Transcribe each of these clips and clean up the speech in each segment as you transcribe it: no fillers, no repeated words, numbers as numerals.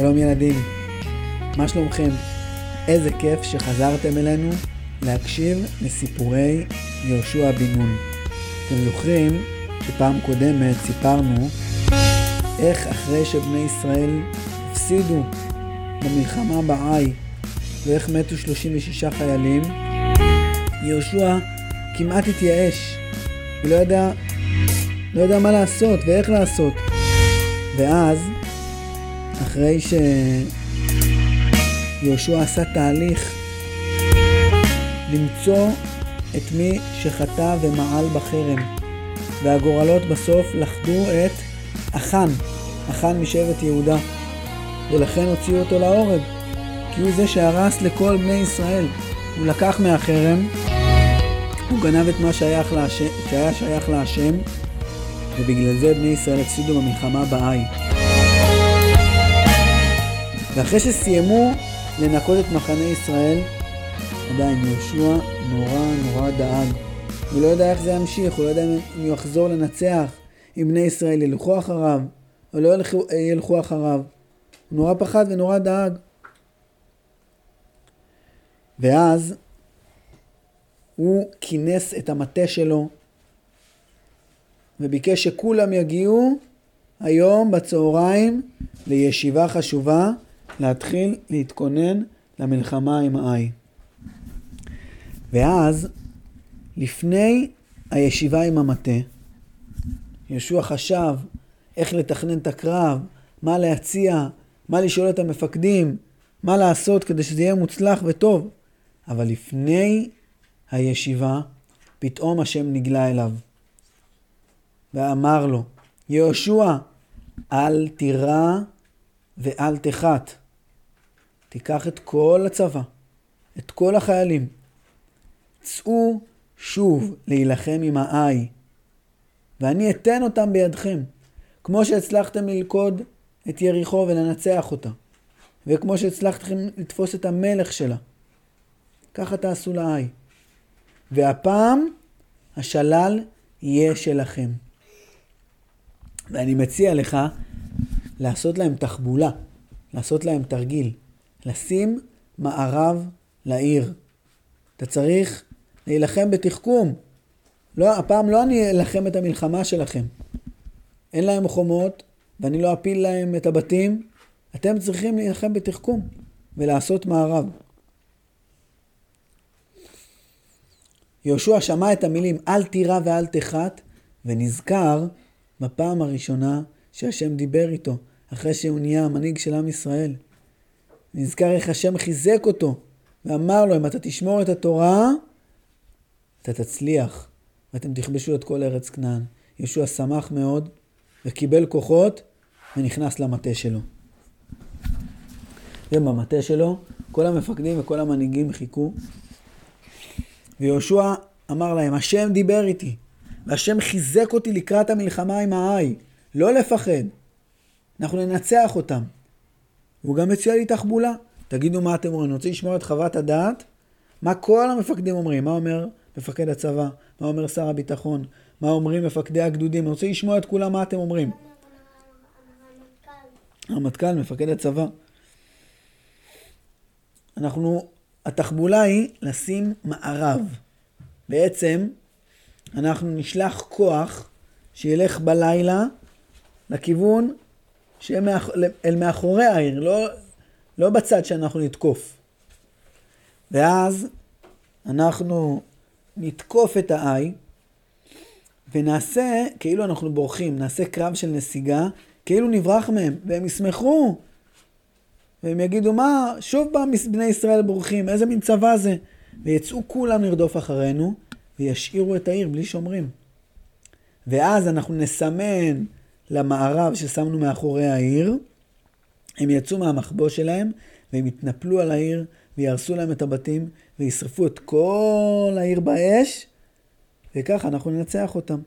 שלום ילדים, מה שלומכם? איזה כיף שחזרתם אלינו להקשיב לסיפורי יהושע בן נון. אתם זוכרים שפעם קודמת סיפרנו איך אחרי שבני ישראל הפסידו במלחמה בעי ואיך מתו 36 חיילים, יהושע כמעט התייאש ולא ידע מה לעשות ואיך לעשות. ואז אחרי שיהושע עשה תהליך למצוא את מי שחטא ומעל בחרם, והגורלות בסוף לכדו את אחן משבט יהודה, ולכן הוציאו אותו להורג, כי הוא זה שהרס לכל בני ישראל. הוא לקח מהחרם, הוא גנב את מה שהיה שייך להשם, ובגלל זה בני ישראל הפסידו במלחמה בעי. ואחרי שסיימו לנקות את מחנה ישראל, עדיין יהושע נורא דאג. הוא לא יודע איך זה ימשיך, הוא לא יודע אם הוא יחזור לנצח, אם בני ישראל ילכו אחריו או לא ילכו אחריו. הוא נורא פחד ונורא דאג. ואז הוא כינס את המטה שלו וביקש שכולם יגיעו היום בצהריים לישיבה חשובה להתחיל להתכונן למלחמה עם העי. ואז לפני הישיבה עם המטה, יהושע חשב איך לתכנן את הקרב, מה להציע, מה לשאול את המפקדים, מה לעשות כדי שזה יהיה מוצלח וטוב. אבל לפני הישיבה פתאום השם נגלה אליו ואמר לו, יהושע, אל תירא ואל תחת. תיקח את כל הצבא, את כל החיילים, צאו שוב להילחם עם העי, ואני אתן אותם בידכם, כמו שהצלחתם ללכוד את יריחו ולנצח אותה, וכמו שהצלחתם לתפוס את המלך שלה. ככה תעשו לעי, והפעם השלל יהיה שלכם. ואני מציע לך לעשות להם תחבולה, לעשות להם תרגיל, לשים מערב לעיר. אתה צריך להילחם בתחכום. לא, הפעם לא אני אלחם את המלחמה שלכם. אין להם חומות ואני לא אפיל להם את הבתים. אתם צריכים להילחם בתחכום ולעשות מערב. יהושע שמע את המילים אל תירא ואל תחת, ונזכר בפעם הראשונה שהשם דיבר איתו אחרי שהוא נהיה המנהיג של עם ישראל. נזכר איך השם חיזק אותו ואמר לו, אם אתה תשמור את התורה אתה תצליח ואתם תכבשו את כל ארץ כנען. יהושע שמח מאוד וקיבל כוחות ונכנס למטה שלו. ובמטה שלו כל המפקדים וכל המנהיגים חיכו, ויהושע אמר להם, השם דיבר איתי והשם חיזק אותי לקראת המלחמה עם העי, לא לפחד, אנחנו ננצח אותם. הוא גם מציע לי תחבולה. תגידו מה אתם אומרים, אני רוצה לשמור את חוות הדעת, מה כל המפקדים אומרים, מה אומר מפקד הצבא, מה אומר שר הביטחון, מה אומרים מפקדי הגדודים, אני רוצה לשמוע את כולם מה אתם אומרים. המטכ"ל, מפקד הצבא. התחבולה היא לשים מערב. בעצם אנחנו נשלח כוח שילך בלילה לכיוון אל מאחורי העיר, לא בצד שאנחנו נתקוף. ואז אנחנו נתקוף את העי ונעשה כאילו אנחנו בורחים, נעשה קרב של נסיגה, כאילו נברח מהם, והם ישמחו והם יגידו, מה, שוב בני ישראל בורחים, איזה מין צבא זה? ויצאו כולם לרדוף אחרינו וישאירו את העיר בלי שומרים. ואז אנחנו נסמן למערב ששמנו מאחורי העיר, הם יצאו מהמחבוא שלהם והם יתנפלו על העיר וירסו להם את הבתים וישרפו את כל העיר באש, וככה אנחנו ננצח אותם.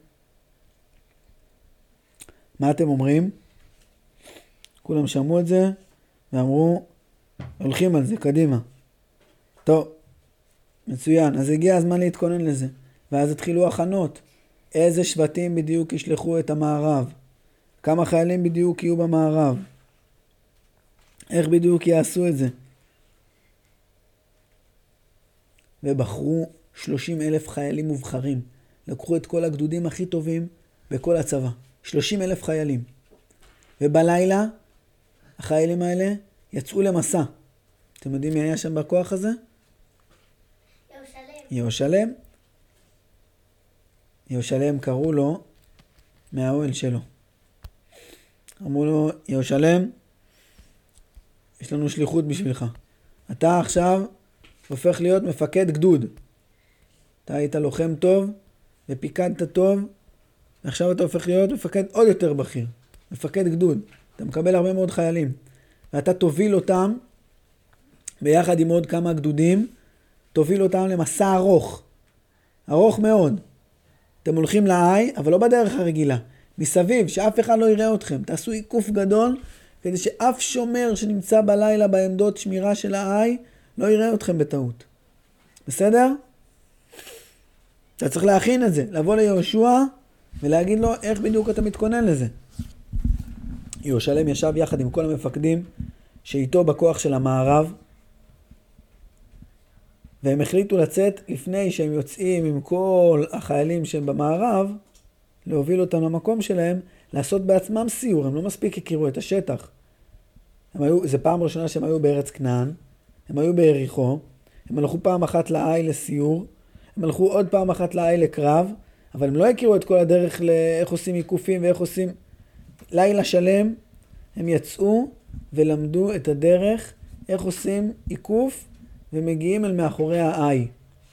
מה אתם אומרים? כולם שמעו את זה ואמרו, הולכים על זה, קדימה. טוב, מצוין, אז הגיע הזמן להתכונן לזה. ואז התחילו הכנות. איזה שבטים בדיוק ישלחו את המערב? כמה חיילים בדיוק יהיו במערב? איך בדיוק יעשו את זה? ובחרו 30,000 חיילים מובחרים. לקחו את כל הגדודים הכי טובים בכל הצבא. 30,000 חיילים. ובלילה החיילים האלה יצאו למסע. אתם יודעים מי היה שם בכוח הזה? יהושלם. יהושלם קראו לו מהאוהל שלו. אמרו לו, יהושלם, יש לנו שליחות בשבילך. אתה עכשיו הופך להיות מפקד גדוד. אתה היית לוחם טוב ופיקדת טוב, ועכשיו אתה הופך להיות מפקד עוד יותר בכיר. מפקד גדוד. אתה מקבל הרבה מאוד חיילים. ואתה תוביל אותם, ביחד עם עוד כמה גדודים, תוביל אותם למסע ארוך. ארוך מאוד. אתם הולכים לעי, אבל לא בדרך הרגילה. מסביב, שאף אחד לא יראה אתכם. תעשו עיקוף גדול, כדי שאף שומר שנמצא בלילה בעמדות שמירה של העי, לא יראה אתכם בטעות. בסדר? אתה צריך להכין את זה. לבוא ליהושע ולהגיד לו איך בדיוק אתה מתכונן לזה. יהושלם ישב יחד עם כל המפקדים שאיתו בכוח של המערב, והם החליטו לצאת לפני שהם יוצאים עם כל החיילים שהם במערב, להוביל אותם למקום שלהם, לעשות בעצמם סיור. הם לא מספיק הכירו את השטח. זה פעם ראשונה שהם היו בארץ כנען, הם היו ביריחו, הם הלכו פעם אחת לעי לסיור, הם הלכו עוד פעם אחת לעי לקרב, אבל הם לא הכירו את כל הדרך לאיך עושים עיקופים ואיך עושים. לילה שלם הם יצאו ולמדו את הדרך איך עושים עיקוף ומגיעים אל מאחורי העי.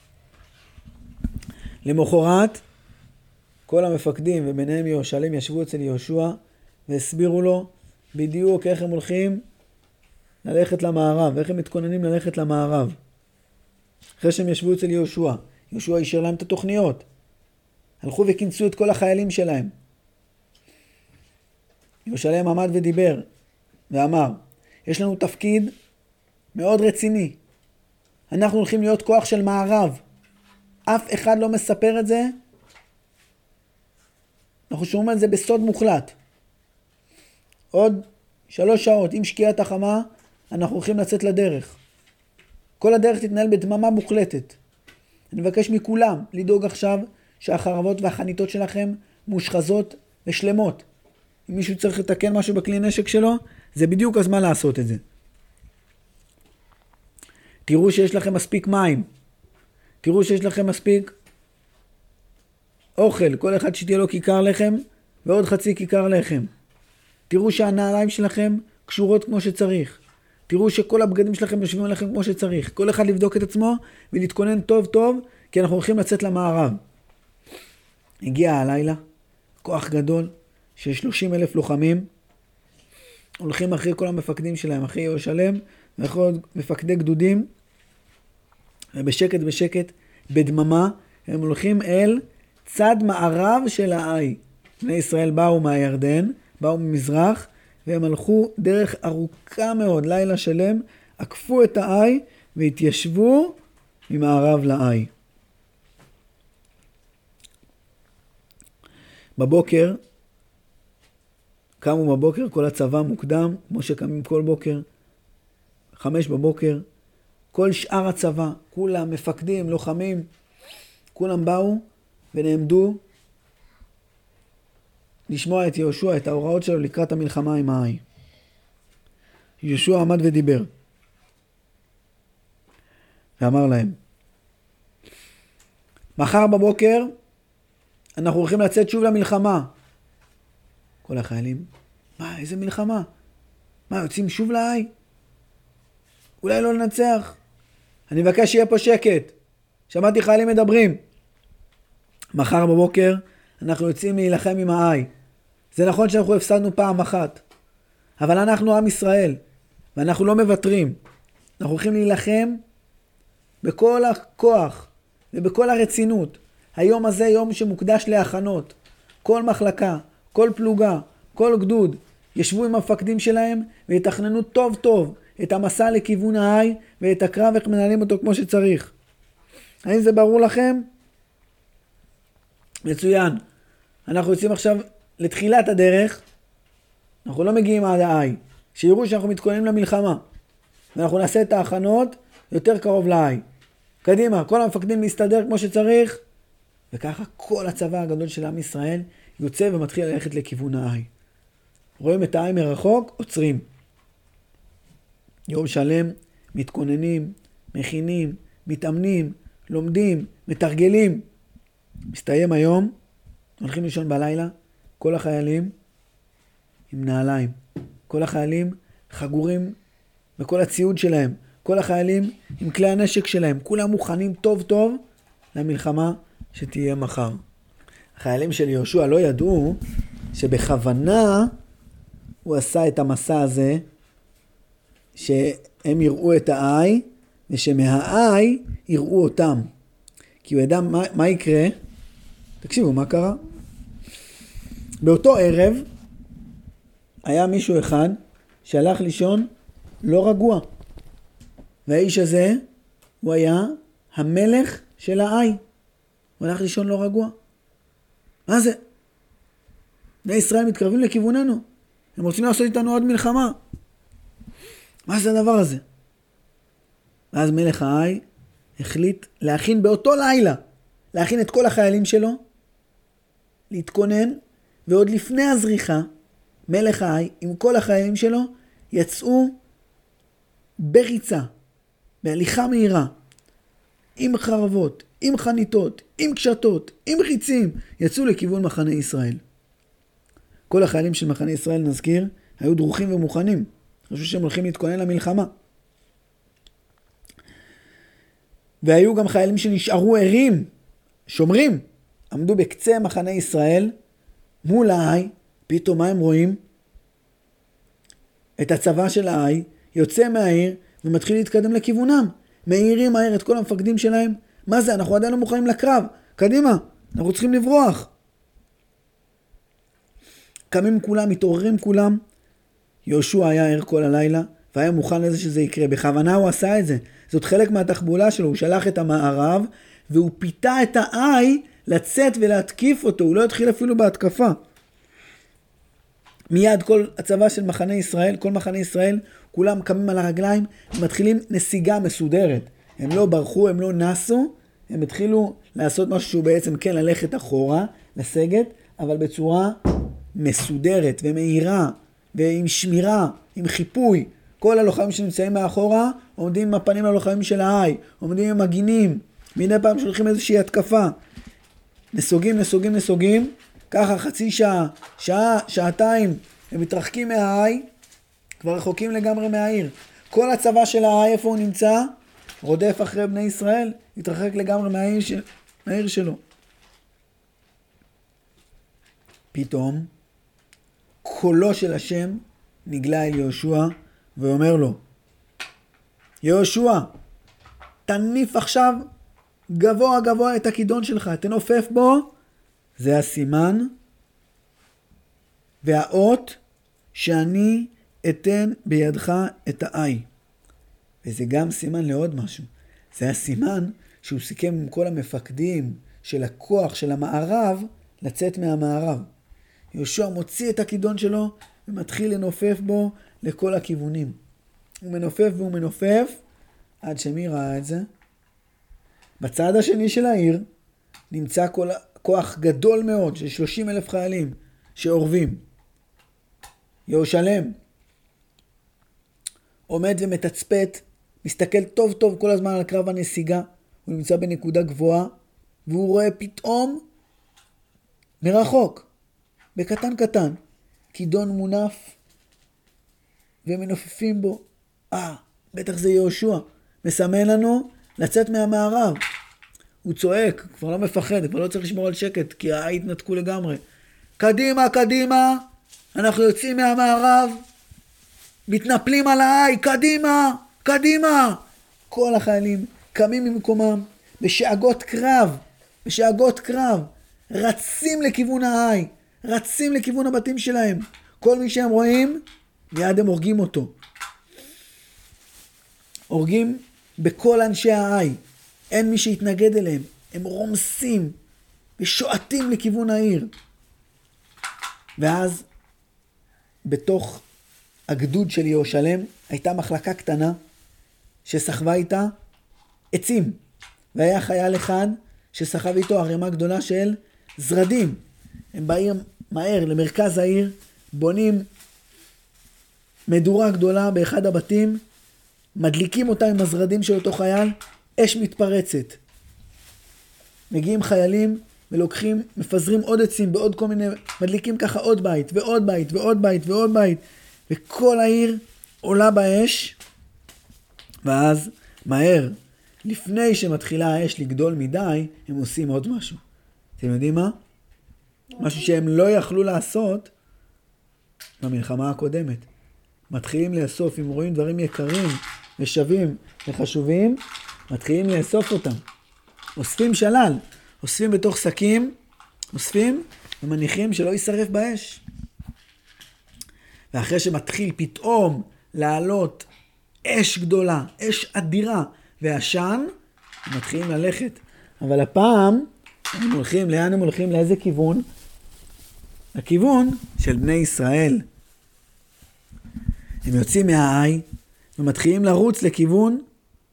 למחרת כל המפקדים וביניהם יהושלם ישבו אצל יהושע והסבירו לו בדיוק איך הם הולכים ללכת למערב, איך הם מתכוננים ללכת למערב. אחרי שהם ישבו אצל יהושע, יהושע השאיר להם את התוכניות. הלכו וכינסו את כל החיילים שלהם. יהושלם עמד ודיבר ואמר, יש לנו תפקיד מאוד רציני. אנחנו הולכים להיות כוח של מערב. אף אחד לא מספר את זה. אנחנו שומעים על זה בסוד מוחלט. עוד 3 שעות, עם שקיעת החמה, אנחנו הולכים לצאת לדרך. כל הדרך תתנהל בדממה מוחלטת. אני מבקש מכולם לדאוג עכשיו שהחרבות והחניתות שלכם מושחזות ושלמות. אם מישהו צריך לתקן משהו בכלי נשק שלו, זה בדיוק הזמן לעשות את זה. תראו שיש לכם מספיק מים. תראו שיש לכם מספיק אוכל. כל אחד שתהיה לו כיכר לחם ועוד חצי כיכר לחם. תראו שהנעליים שלכם קשורות כמו שצריך. תראו שכל הבגדים שלכם יושבים עליכם כמו שצריך. כל אחד לבדוק את עצמו ולהתכונן טוב טוב, כי אנחנו הולכים לצאת למערב. הגיע הלילה, כוח גדול של 30,000 לוחמים, הולכים אחרי כל המפקדים שלהם, אחרי יהושלם, ואחרי עוד מפקדי גדודים, ובשקט בשקט, בדממה, הם הולכים אל צד מערב של העי. בני ישראל באו מהירדן, באו ממזרח, והם הלכו דרך ארוכה מאוד, לילה שלם, עקפו את העי והתיישבו ממערב לעי. בבוקר, קמו בבוקר כל הצבא מוקדם, כמו שקמים כל בוקר, 5 בבוקר, כל שאר הצבא, כולם מפקדים, לוחמים, כולם באו ונעמדו לשמוע את יהושע, את ההוראות שלו לקראת המלחמה עם העי. יהושע עמד ודיבר, ואמר להם, מחר בבוקר אנחנו הולכים לצאת שוב למלחמה. כל החיילים, מה, איזה מלחמה? מה, יוצאים שוב לעי? אולי לא לנצח. אני מבקש שיהיה פה שקט. שמעתי חיילים מדברים. מחר בבוקר אנחנו יוצאים להילחם עם העי. זה נכון שאנחנו הפסדנו פעם אחת, אבל אנחנו עם ישראל, ואנחנו לא מוותרים. אנחנו הולכים להילחם בכל הכוח ובכל הרצינות. היום הזה יום שמוקדש להכנות. כל מחלקה, כל פלוגה, כל גדוד, ישבו עם המפקדים שלהם ויתכננו טוב טוב את המסע לכיוון העי ואת הקרב איך מנהלים אותו כמו שצריך. האם זה ברור לכם? מצוין. אנחנו יוצאים עכשיו לתחילת הדרך. אנחנו לא מגיעים עד העי. שיראו שאנחנו מתכוננים למלחמה. ואנחנו נעשה את ההכנות יותר קרוב לעי. קדימה, כל המפקדים להסתדר כמו שצריך. וככה כל הצבא הגדול של עם ישראל יוצא ומתחיל ללכת לכיוון העי. רואים את העי מרחוק, עוצרים. יום שלם, מתכוננים, מכינים, מתאמנים, לומדים, מתרגלים. מסתיים היום, הולכים לישון בלילה, כל החיילים עם נעליים. כל החיילים חגורים בכל הציוד שלהם. כל החיילים עם כלי הנשק שלהם. כולם מוכנים טוב טוב למלחמה שתהיה מחר. החיילים של יהושע לא ידעו שבכוונה הוא עשה את המסע הזה, שהם יראו את העי, ושמהעי יראו אותם. כי הוא ידע מה יקרה. תקשיבו, מה קרה? באותו ערב היה מישהו אחד שהלך לישון לא רגוע. והאיש הזה הוא היה המלך של העי. הוא הלך לישון לא רגוע. מה זה? בני ישראל מתקרבים לכיווננו. הם רוצים לעשות איתנו עוד מלחמה. מה זה הדבר הזה? ואז מלך העי החליט להכין באותו לילה, להכין את כל החיילים שלו, להתכונן, ועוד לפני הזריחה, מלך העי עם כל החיילים שלו יצאו בריצה, בהליכה מהירה, עם חרבות, עם חניתות, עם קשתות, עם חיצים, יצאו לכיוון מחנה ישראל. כל החיילים של מחנה ישראל, נזכיר, היו דרוכים ומוכנים. חשבו שהם הולכים להתכונן למלחמה. והיו גם חיילים שנשארו ערים, שומרים, עמדו בקצה מחנה ישראל, מול העי. פתאום מה הם רואים? את הצבא של העי, יוצא מהעיר ומתחיל להתקדם לכיוונם. מאירים מהר את כל המפקדים שלהם. מה זה? אנחנו עדיין לא מוכנים לקרב. קדימה, אנחנו צריכים לברוח. קמים כולם, מתעוררים כולם. יהושע היה ער כל הלילה, והיה מוכן לזה שזה יקרה. בכוונה הוא עשה את זה. זאת חלק מהתחבולה שלו. הוא שלח את המערב, והוא פיתה את העי לצאת ולהתקיף אותו. הוא לא התחיל אפילו בהתקפה. מיד כל הצבא של מחנה ישראל, כל מחנה ישראל, כולם קמים על הרגליים, מתחילים נסיגה מסודרת. הם לא ברחו, הם לא נסו, הם התחילו לעשות משהו שהוא בעצם כן ללכת אחורה, לסגת, אבל בצורה מסודרת ומהירה, ועם שמירה, עם חיפוי. כל הלוחמים שנמצאים מאחורה, עומדים עם הפנים ללוחמים של העי, עומדים עם מגינים, מדי פעם שולחים איזושהי התקפה. נסוגים, ככה חצי שעה, שעתיים, הם מתרחקים מהעי, כבר רחוקים לגמרי מהעיר. כל הצבא של העי, איפה הוא נמצא? רודף אחרי בני ישראל, התרחק לגמרי מהעיר שלו. פתאום, קולו של השם נגלה אל יהושע, ואומר לו, יהושע, תניף עכשיו גבוה גבוה את הכידון שלך, תנופף בו, זה הסימן והאות שאני אתן בידך את העי. וזה גם סימן לעוד משהו. זה הסימן שהוא סיכם עם כל המפקדים של הכוח של המערב לצאת מהמערב. יהושע מוציא את הכידון שלו ומתחיל לנופף בו לכל הכיוונים. הוא מנופף והוא מנופף עד שמי ראה את זה? בצד השני של העיר נמצא כוח גדול מאוד של 30,000 חיילים שעורבים. יהושלם עומד ומתצפת, מסתכל טוב טוב כל הזמן על קרב הנסיגה, הוא נמצא בנקודה גבוהה, והוא רואה פתאום מרחוק, בקטן קטן, כידון מונף ומנופפים בו. בטח זה יהושע, מסמן לנו לצאת מהמערב. הוא צועק, כבר לא מפחד, כבר לא צריך לשמור על שקט, כי העי התנתקו לגמרי. קדימה, קדימה, אנחנו יוצאים מהמערב, מתנפלים על העי, קדימה, קדימה. כל החיילים קמים ממקומם, בשאגות קרב, רצים לכיוון העי, רצים לכיוון הבתים שלהם. כל מי שהם רואים, מיד הם הורגים אותו. הורגים בכל אנשי העי. אין מי שיתנגד אליהם. הם רומסים ושועטים לכיוון העיר. ואז בתוך הגדוד של ירושלם, הייתה מחלקה קטנה שסחבה איתה עצים. והיה חייל אחד שסחב איתו ערימה גדולה של זרדים. הם באים מהר למרכז העיר, בונים מדורה גדולה באחד הבתים, מדליקים אותה עם הזרדים של אותו חייל, אש מתפרצת. מגיעים חיילים ולוקחים, מפזרים עוד עצים בעוד כל מיני, מדליקים ככה עוד בית ועוד בית ועוד בית ועוד בית, וכל העיר עולה באש. ואז מהר, לפני שמתחילה האש לגדול מדי, הם עושים עוד משהו. אתם יודעים מה? משהו שהם לא יכלו לעשות במלחמה הקודמת. מתחילים לאסוף, אם רואים דברים יקרים ושווים וחשובים, מתחילים לאסוף אותם. אוספים שלל, אוספים בתוך שקים, אוספים ומניחים שלא יישרף באש. ואחרי שמתחיל פתאום לעלות אש גדולה, אש אדירה ועשן, הם מתחילים ללכת. אבל הפעם הם הולכים, לאן הם הולכים? לאיזה כיוון? לכיוון של בני ישראל. הם יוצאים מהעי ומתחילים לרוץ לכיוון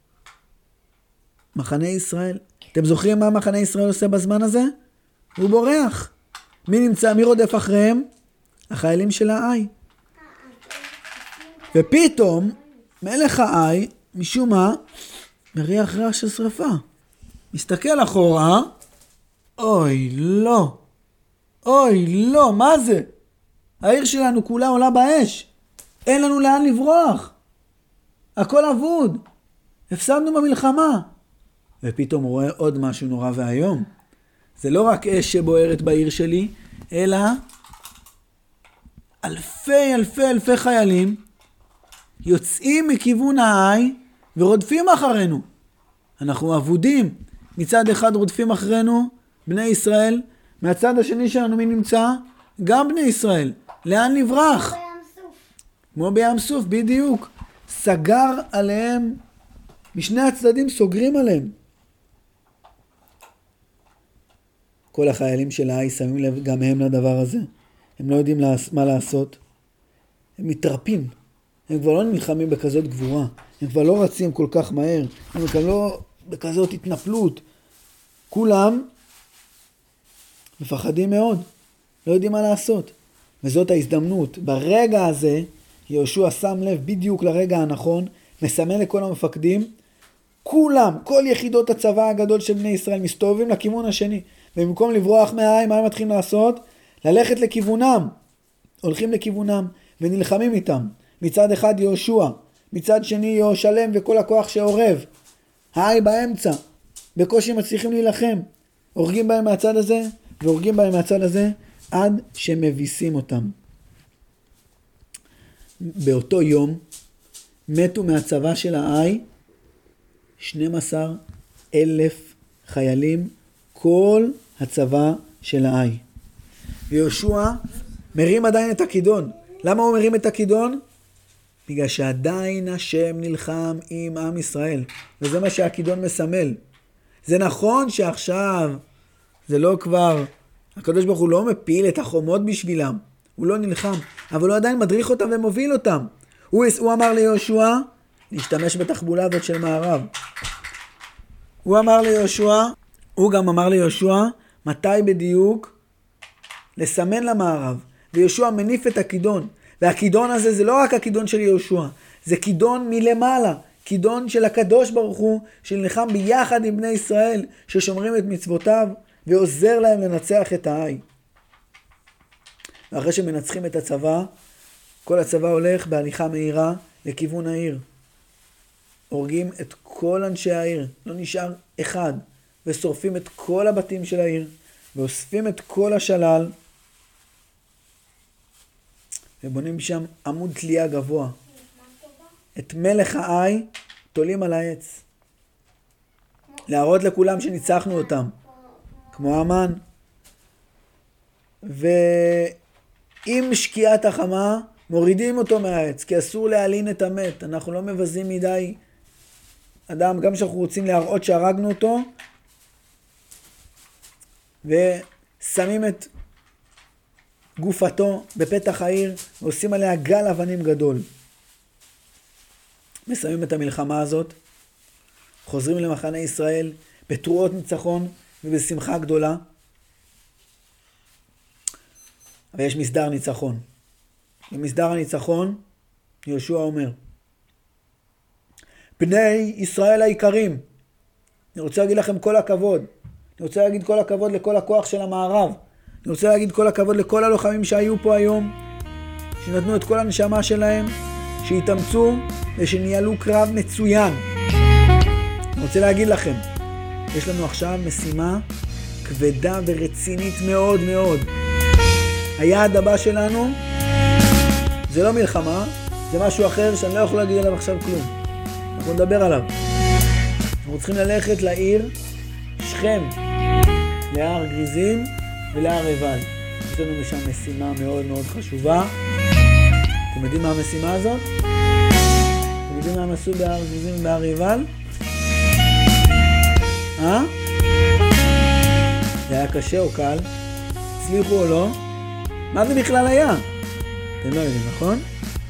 מחנה ישראל. אתם זוכרים מה מחנה ישראל עושה בזמן הזה? הוא בורח. מי רודף אחריהם? החיילים של העי. ופתאום מלך העי משום מה מריח רעש של שרפה. מסתכל אחורה, אוי לא, אוי לא, מה זה? העיר שלנו כולה עולה באש, אין לנו לאן לברוח, הכל אבוד, הפסדנו במלחמה. ופתאום הוא רואה עוד משהו נורא והיום. זה לא רק אש שבוערת בעיר שלי, אלא אלפי חיילים יוצאים מכיוון העי ורודפים אחרינו. אנחנו אבודים. מצד אחד רודפים אחרינו בני ישראל, מהצד השני שלנו מי נמצא? גם בני ישראל. לאן נברח? כמו בים סוף, בדיוק. סגר עליהם, משני הצדדים סוגרים עליהם. כל החיילים של העי שמים לב גם הם לדבר הזה. הם לא יודעים מה לעשות. הם מתרפים. הם כבר לא נלחמים בכזאת גבורה. הם כבר לא רצים כל כך מהר. הם כבר לא בכזאת התנפלות. כולם מפחדים מאוד. לא יודעים מה לעשות. וזאת ההזדמנות. ברגע הזה, יהושע שם לב בדיוק לרגע הנכון, מסמן לכל המפקדים, כולם, כל יחידות הצבא הגדול של בני ישראל מסתובבים לכיוון השני. ובמקום לברוח מהעי, מה הם מתחילים לעשות? ללכת לכיוונם. הולכים לכיוונם ונלחמים איתם. מצד אחד יהושע, מצד שני ירושלם וכל הכוח שעורב. העי באמצע, בקושי מצליחים להילחם. הורגים בהם מהצד הזה והורגים בהם מהצד הזה עד שמביסים אותם. באותו יום מתו מהצבא של העי 12,000 חיילים, כל הצבא של העי. ויהושע מרים עדיין את הכידון. למה הוא מרים את הכידון? בגלל שעדיין השם נלחם עם עם ישראל. וזה מה שהכידון מסמל. זה נכון שעכשיו זה לא כבר, הקדוש ברוך הוא לא מפיל את החומות בשבילם. הוא לא נלחם, אבל הוא עדיין מדריך אותם ומוביל אותם. הוא אמר ליהושע להשתמש בתחבולה הזאת של מערב. הוא גם אמר ליהושע מתי בדיוק לסמן למערב. ויהושע מניף את הכידון. והכידון הזה זה לא רק הכידון של יהושע, זה כידון מלמעלה, כידון של הקדוש ברוך הוא, שנלחם ביחד עם בני ישראל, ששומרים את מצוותיו, ועוזר להם לנצח את העי. ואחרי שמנצחים את הצבא, כל הצבא הולך בהליכה מהירה לכיוון העיר. הורגים את כל אנשי העיר, לא נשאר אחד, ושורפים את כל הבתים של העיר, ואוספים את כל השלל, ובונים שם עמוד תלייה גבוה. את מלך העי תולים על העץ. להראות לכולם שניצחנו אותם. כמו המן. ועם שקיעת החמה מורידים אותו מהעץ, כי אסור להעלין את המת. אנחנו לא מבזים מדי אדם, גם שאנחנו רוצים להראות שהרגנו אותו, ושמים את גופתו בפתח העיר, ועושים עליה גל אבנים גדול. מסיימים את המלחמה הזאת, חוזרים למחנה ישראל בתרועות ניצחון ובשמחה גדולה. ויש מסדר ניצחון. במסדר הניצחון יהושע אומר, בני ישראל היקרים, אני רוצה להגיד לכם כל הכבוד. אני רוצה להגיד כל הכבוד לכל הכוח של המערב. אני רוצה להגיד כל הכבוד לכל הלוחמים שהיו פה היום, שנתנו את כל הנשמה שלהם, שהתאמצו ושניהלו קרב מצוין. אני רוצה להגיד לכם, יש לנו עכשיו משימה כבדה ורצינית מאוד מאוד. היעד הבא שלנו זה לא מלחמה, זה משהו אחר שאני לא יכול להגיד עליו עכשיו כלום. אנחנו נדבר עליו. אנחנו צריכים ללכת לעיר שכם, להר גריזים ולהר עיבל. יש לנו משם משימה מאוד מאוד חשובה. אתם יודעים מה המשימה הזאת? אתם יודעים מה הם עשו בהר גריזים ובהר עיבל? זה היה קשה או קל? הצליחו או לא? מה זה בכלל היה? אתם לא יודעים, נכון?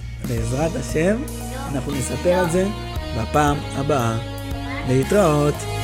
בעזרת השם אנחנו נספר על זה בפעם הבאה. להתראות.